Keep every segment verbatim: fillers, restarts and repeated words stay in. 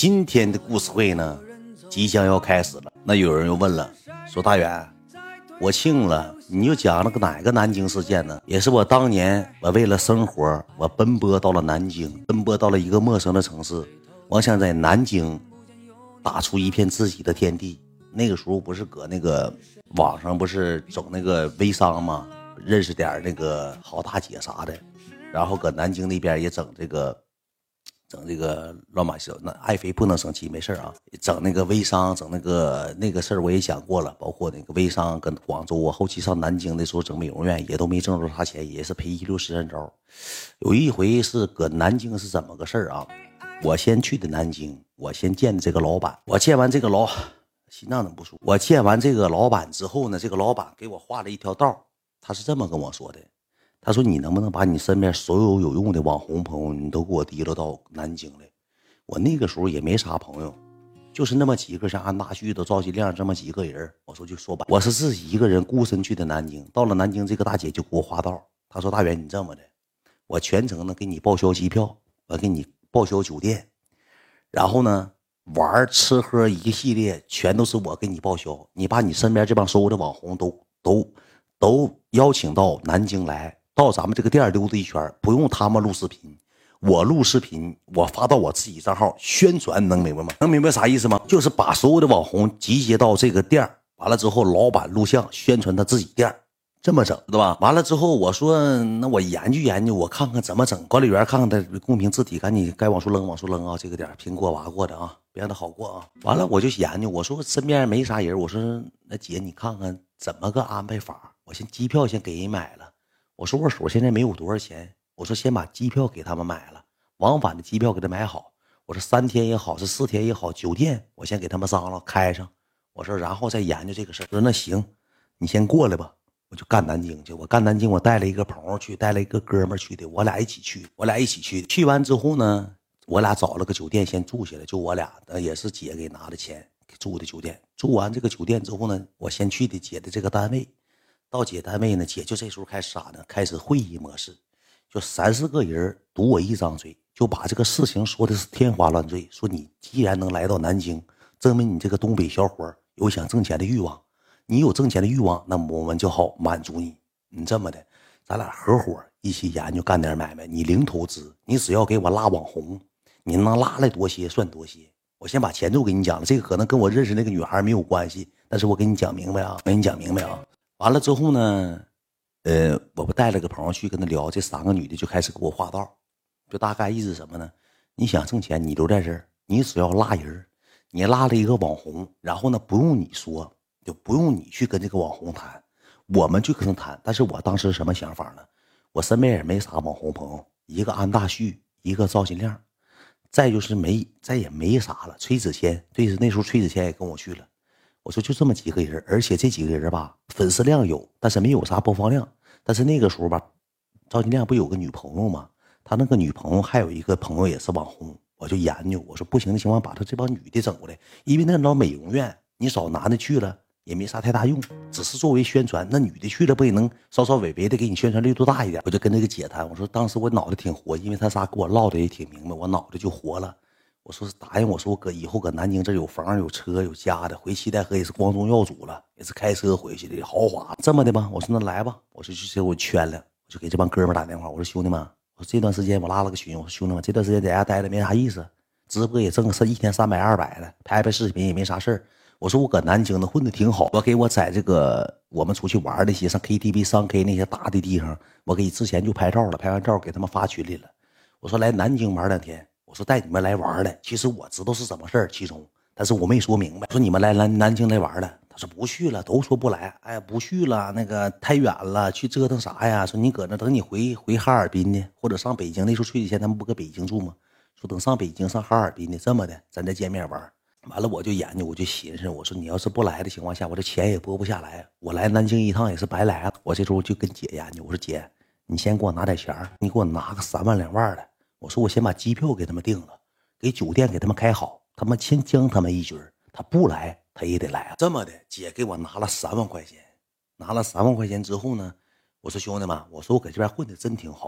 今天的故事会呢，即将要开始了。那有人又问了，说大远，我庆了，你就讲了个哪个南京事件呢？也是我当年我为了生活，我奔波到了南京，奔波到了一个陌生的城市，我想在南京打出一片自己的天地。那个时候不是搁那个网上不是整那个微商吗？认识点那个好大姐啥的，然后搁南京那边也整这个。整这个乱码事，那爱妃不能生气，没事啊。整那个微商，整那个那个事儿我也讲过了，包括那个微商跟广州，我后期上南京的时候整美容院也都没挣着啥钱，也是赔一溜十三招。有一回是搁南京是怎么个事儿啊？我先去的南京，我先见的这个老板，我见完这个老心脏怎么不舒服？我见完这个老板之后呢，这个老板给我画了一条道，他是这么跟我说的。他说你能不能把你身边所有有用的网红朋友你都给我提溜到南京来。我那个时候也没啥朋友，就是那么几个，像安大旭的赵金亮这么几个人。我说就说吧，我是自己一个人孤身去的南京。到了南京，这个大姐就给我画道，她说大远你这么的，我全程呢给你报销机票，我给你报销酒店，然后呢玩吃喝一系列全都是我给你报销，你把你身边这帮所有的网红都都都邀请到南京来，到咱们这个店溜达一圈，不用他们录视频，我录视频，我发到我自己账号宣传，能明白吗？能明白啥意思吗？就是把所有的网红集结到这个店，完了之后老板录像宣传他自己店，这么整，对吧？完了之后我说那我研究研究，我看看怎么整。管理员看看他公屏字体，赶紧该往出扔往出扔啊，这个点拼过挖过的啊，别让他好过啊。完了我就研究，我说身边没啥人，我说那姐你看看怎么个安排法，我先机票先给人买了。我说我手现在没有多少钱，我说先把机票给他们买了，往返的机票给他买好。我说三天也好，是四天也好，酒店我先给他们商了开上。我说然后再研究这个事儿。说那行，你先过来吧，我就干南京去。我干南京，我带了一个朋友去，带了一个哥们儿去的，我俩一起去，我俩一起去。去完之后呢，我俩找了个酒店先住下来，就我俩，也是姐给拿的钱住的酒店。住完这个酒店之后呢，我先去的姐的这个单位。到姐单位呢，姐就这时候开始啥呢？开始会议模式，就三四个人堵我一张嘴，就把这个事情说的是天花乱坠。说你既然能来到南京，证明你这个东北小伙有想挣钱的欲望，你有挣钱的欲望，那么我们就好满足你。你这么的，咱俩合伙一起研究干点买卖，你零投资，你只要给我拉网红，你能拉来多些算多些。我先把前奏给你讲了，这个可能跟我认识那个女孩没有关系，但是我给你讲明白啊，给你讲明白啊。完了之后呢，呃，我不带了个朋友去跟他聊，这三个女的就开始给我画道，就大概意思什么呢？你想挣钱，你留在这儿，你只要拉人，你拉了一个网红，然后呢，不用你说，就不用你去跟这个网红谈，我们就跟他谈。但是我当时什么想法呢？我身边也没啥网红朋友，一个安大旭，一个赵金亮，再就是没，再也没啥了。崔子谦，对，那时候崔子谦也跟我去了。我说就这么几个人，而且这几个人吧，粉丝量有，但是没有啥播放量。但是那个时候吧，赵金亮不有个女朋友吗？他那个女朋友还有一个朋友也是网红，我就研究，我说不行的情况，把他这帮女的整过来，因为那老美容院，你找男的去了也没啥太大用，只是作为宣传，那女的去了不也能稍稍微微的给你宣传力度大一点。我就跟那个姐谈，我说当时我脑袋挺活，因为他仨给我唠的也挺明白，我脑袋就活了。我说答应我说我搁以后搁南京这有房有车有家的，回七台河也是光宗耀祖了，也是开车回去的豪华。这么的吧，我说那来吧，我说就我圈了，我就给这帮哥们打电话，我说兄弟们，我说这段时间我拉了个群，我说兄弟们这段时间在家待着没啥意思，直播也挣个一天三百二百的，拍拍视频也没啥事儿。我说我搁南京呢混的挺好，我给我在这个我们出去玩那些上 K T V 上 K 那些大的地方，我给之前就拍照了，拍完照给他们发群里了。我说来南京玩两天。我说带你们来玩的，其实我知道是怎么事儿，其中，但是我没说明白。说你们来南南京来玩的，他说不去了，都说不来。哎呀，不去了，那个太远了，去折腾啥呀？说你搁那等你回回哈尔滨呢，或者上北京。那时候崔子谦他们不搁北京住吗？说等上北京上哈尔滨的，这么的，咱再见面玩。完了我就研究，我就寻思，我说你要是不来的情况下，我这钱也拨不下来，我来南京一趟也是白来了。我这时候就跟姐研究，我说姐，你先给我拿点钱，你给我拿个三万两万的。我说我先把机票给他们订了，给酒店给他们开好，他们先将他们一军，他不来他也得来啊。这么的，姐给我拿了三万块钱，拿了三万块钱之后呢，我说兄弟们，我说我搁这边混的真挺好，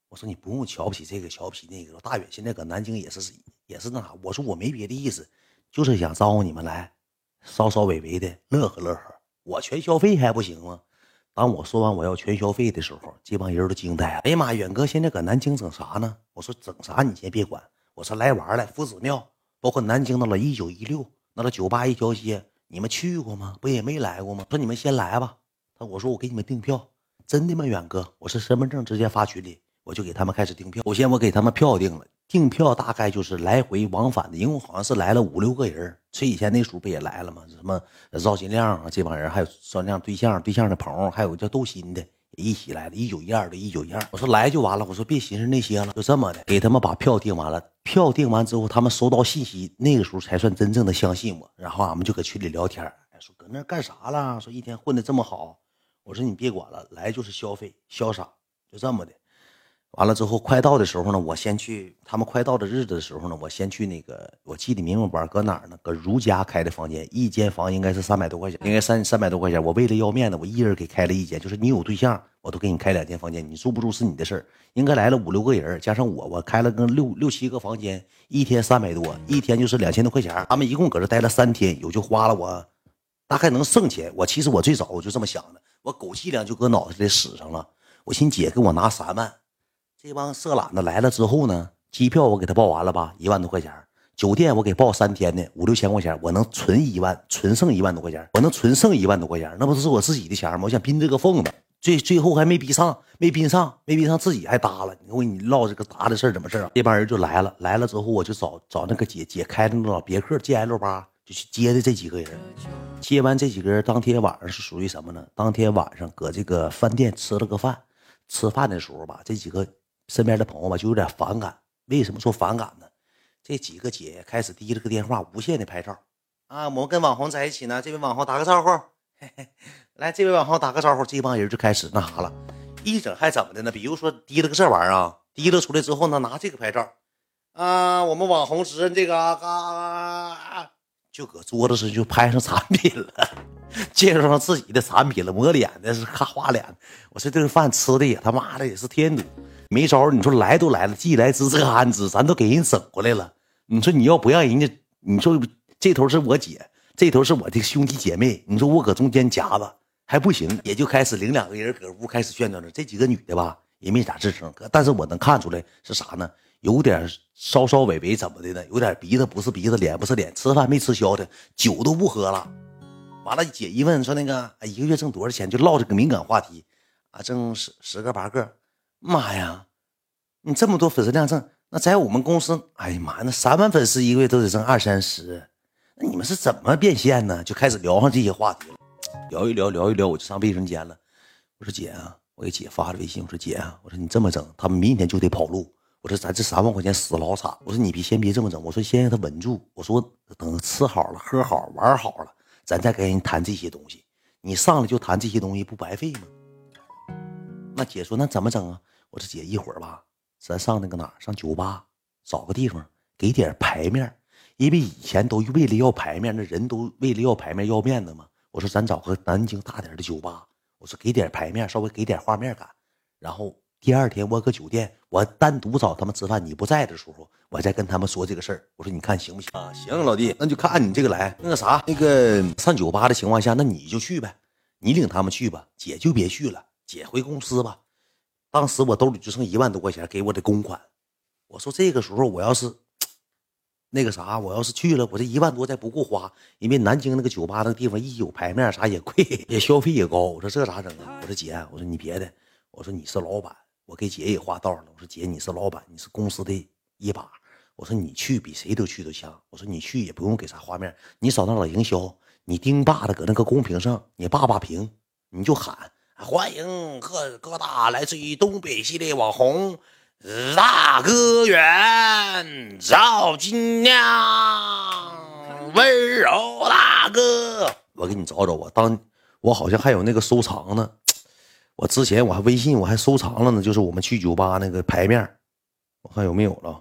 我说你不用瞧不起这个瞧不起那个，大远现在搁南京也是也是那啥。我说我没别的意思，就是想招呼你们来，稍稍微微的乐呵乐呵，我全消费还不行吗？当我说完我要全消费的时候，这帮人都惊呆了。哎呀妈，远哥现在搁南京整啥呢？我说整啥你先别管，我说来玩来夫子庙，包括南京的了一九一六那个酒吧一条街，你们去过吗？不也没来过吗？说你们先来吧。他我说我给你们订票，真的吗？远哥，我是身份证直接发群里。我就给他们开始订票。首先我给他们票订了，订票大概就是来回往返的，一共好像是来了五六个人。崔以前那时候不也来了吗？什么赵金亮啊，这帮人，还有赵金亮对象对象的朋友，还有叫窦鑫的也一起来的，一九一二的一九一二。我说来就完了，我说别寻思那些了，就这么的给他们把票订完了。票订完之后，他们收到信息，那个时候才算真正的相信我。然后俺们就搁群里聊天，说搁那干啥了？说一天混得这么好。我说你别管了，来就是消费潇洒，就这么的。完了之后，快到的时候呢，我先去他们快到的日子的时候呢，我先去那个，我记得明白搁哪儿呢？搁如家开的房间，一间房应该是三百多块钱，应该三三百多块钱。我为了要面子，我一人给开了一间，就是你有对象，我都给你开两间房间，你住不住是你的事儿。应该来了五六个人，加上我，我开了个六六七个房间，一天三百多，一天就是两千多块钱。他们一共搁这待了三天，有就花了我大概能剩钱。我其实我最早我就这么想的，我狗气量就搁脑子里使上了。我寻姐给我拿三万。这帮色懒子来了之后呢，机票我给他报完了吧，一万多块钱，酒店我给报三天的五六千块钱，我能存一万，存剩一万多块钱，我能存剩一万多块钱，那不是我自己的钱吗？我想拼这个缝子，最最后还没逼上，没逼上，没逼上，自己还搭了。我跟你唠这个搭的事儿怎么事儿啊？这帮人就来了，来了之后我就找找那个姐姐开的那老别克 G L 八，就去接的这几个人。接完这几个人，当天晚上是属于什么呢？当天晚上搁这个饭店吃了个饭，吃饭的时候吧，这几个身边的朋友吧就有点反感。为什么说反感呢？这几个姐开始提了个电话，无限的拍照啊，我们跟网红在一起呢，这位网红打个招呼，嘿嘿，来这位网红打个招呼，这帮人就开始那啥了，一整还怎么的呢？比如说提了个这玩意儿啊，提了出来之后呢，拿这个拍照啊，我们网红指认这个啊，啊就搁桌子上就拍上产品了，介绍上自己的产品了，抹脸的是看花脸。我说这个饭吃的也他妈的也是添堵。没招，你说来都来了，既来之则安之，咱都给人整过来了。你说你要不让人家，你说这头是我姐，这头是我的兄弟姐妹，你说我搁中间夹子还不行，也就开始领两个人搁屋开始宣传了。这几个女的吧，也没咋吱声，但是我能看出来是啥呢？有点稍稍微微怎么的呢？有点鼻子不是鼻子，脸不是脸，吃饭没吃消的，酒都不喝了。完了，姐一问说那个，哎，一个月挣多少钱？就唠这个敏感话题啊，挣十十个八个。妈呀，你这么多粉丝量挣，那在我们公司，哎呀妈，那三万粉丝一个月都得挣二三十，那你们是怎么变现呢？就开始聊上这些话题了，聊一聊聊一聊，我就上卫生间了。我说姐啊，我给姐发了微信，我说姐啊，我说你这么整，他们明天就得跑路。我说咱这三万块钱死老惨，我说你别先别这么整，我说先让他稳住，我说等吃好了喝好玩好了，咱再跟人谈这些东西。你上来就谈这些东西不白费吗？那姐说那怎么整啊？我说姐一会儿吧，咱上那个哪儿，上酒吧找个地方给点牌面，因为以前都为了要牌面，那人都为了要牌面要面子嘛。我说咱找个南京大点的酒吧，我说给点牌面，稍微给点画面感。然后第二天我搁酒店，我单独找他们吃饭，你不在的时候，我再跟他们说这个事儿。我说你看行不行啊？行，老弟，那就看你这个来。那个啥，那个上酒吧的情况下，那你就去呗，你领他们去吧，姐就别去了。姐回公司吧，当时我兜里就剩一万多块钱给我的公款。我说这个时候我要是那个啥，我要是去了，我这一万多再不够花，因为南京那个酒吧那个地方一有牌面啥也贵，也消费也高。我说这咋整啊？我说姐，我说你别的，我说你是老板，我给姐也画道了。我说姐，你是老板，你是公司的一把，我说你去比谁都去都强。我说你去也不用给啥画面，你找那老营销，你丁爸的搁那个公屏上，你爸爸屏，你就喊。欢迎各各大来自于东北系列网红大哥远赵金亮温柔大哥，我给你找找，我当我好像还有那个收藏呢，我之前我还微信我还收藏了呢，就是我们去酒吧那个牌面，我看有没有了，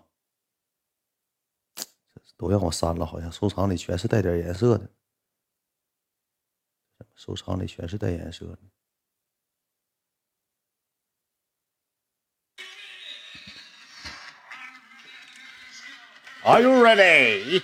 都让我删了，好像收藏里全是带点颜色的，收藏里全是带颜色的。 Are you ready？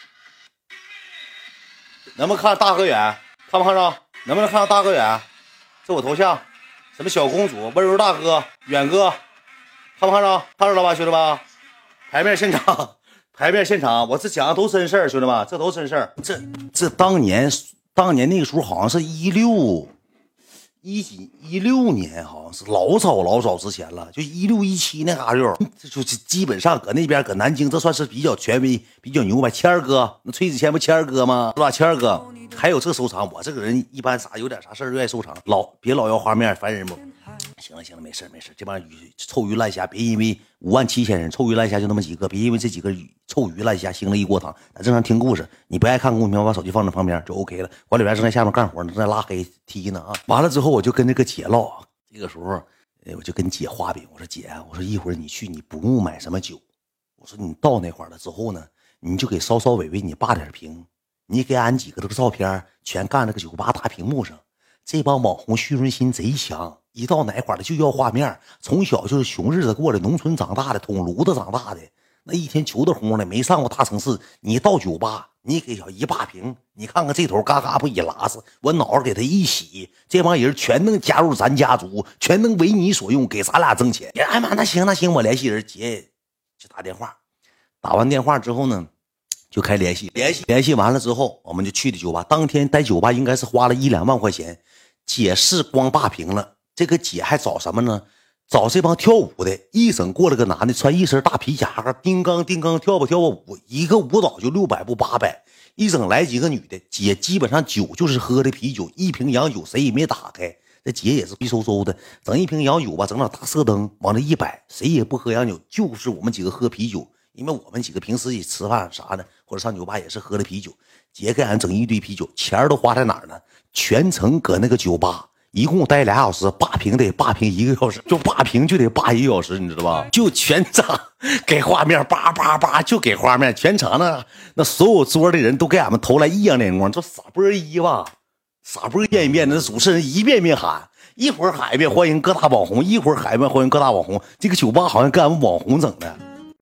能不能看大河远？看不看着？能不能看到大河远？这我头像，什么小公主、温柔大哥、远哥，看不看着？看着了吧，兄弟们？牌面现场，牌面现场，我这讲的都真事儿，兄弟们，这都真事儿。这这当年，当年那个时候好像是一六。一几一六年好像是老早老早之前了，就一六一七那嘎溜，就是基本上搁那边搁南京，这算是比较权威、比较牛吧。谦儿哥，那崔子谦不谦儿哥吗？是吧？谦儿哥，还有这收藏，我这个人一般啥有点啥事儿愿意收藏，老别老要画面，烦人不？行了行了，没事没事，这帮鱼臭鱼烂虾，别因为五万七千人臭鱼烂虾就那么几个，别因为这几个臭鱼烂虾腥了一锅汤。咱正常听故事，你不爱看公屏，把手机放在旁边就 OK 了。管理员正在下面干活呢，正在拉黑踢呢啊。完了之后，我就跟这个姐唠，这个时候，我就跟姐画饼，我说姐，我说一会儿你去，你不用买什么酒，我说你到那块儿了之后呢，你就给稍稍微微你霸点屏，你给俺几个这个照片全干这个酒吧大屏幕上。这帮网红虚荣心贼强，一到哪块儿的就要画面，从小就是穷日子过的，农村长大的，捅炉子长大的，那一天求的乎的，没上过大城市。你到酒吧，你给小一霸屏，你看看这头嘎嘎不一拉丝，我脑袋给他一洗，这帮人全能加入咱家族，全能为你所用，给咱俩挣钱。哎妈，那行那行，我联系人，姐就打电话，打完电话之后呢，就开联系，联系联系完了之后，我们就去的酒吧。当天在酒吧应该是花了一两万块钱。姐是光霸屏了，这个姐还找什么呢？找这帮跳舞的，一整过来个男的，穿一身大皮夹克，叮当叮当跳吧跳吧舞，一个舞蹈就六百不八百，一整来几个女的。姐基本上酒就是喝的啤酒，一瓶洋酒谁也没打开，这姐也是逼嗖嗖的，整一瓶洋酒吧，整点大射灯往那一摆，谁也不喝洋酒，就是我们几个喝啤酒，因为我们几个平时也吃饭啥的，或者上酒吧也是喝的啤酒。姐给俺整一堆啤酒，钱都花在哪儿呢？全程搁那个酒吧，一共待俩小时，霸屏得霸屏一个小时，就霸屏就得霸一个小时，你知道吧？就全场给画面，叭叭叭就给画面，全场那那所有桌的人都给俺们投来异样的眼光，就傻波一吧，傻波一遍一遍的，主持人一遍遍喊，一会儿喊一遍欢迎各大网红，一会儿喊一遍欢迎各大网红，这个酒吧好像跟俺们网红整的。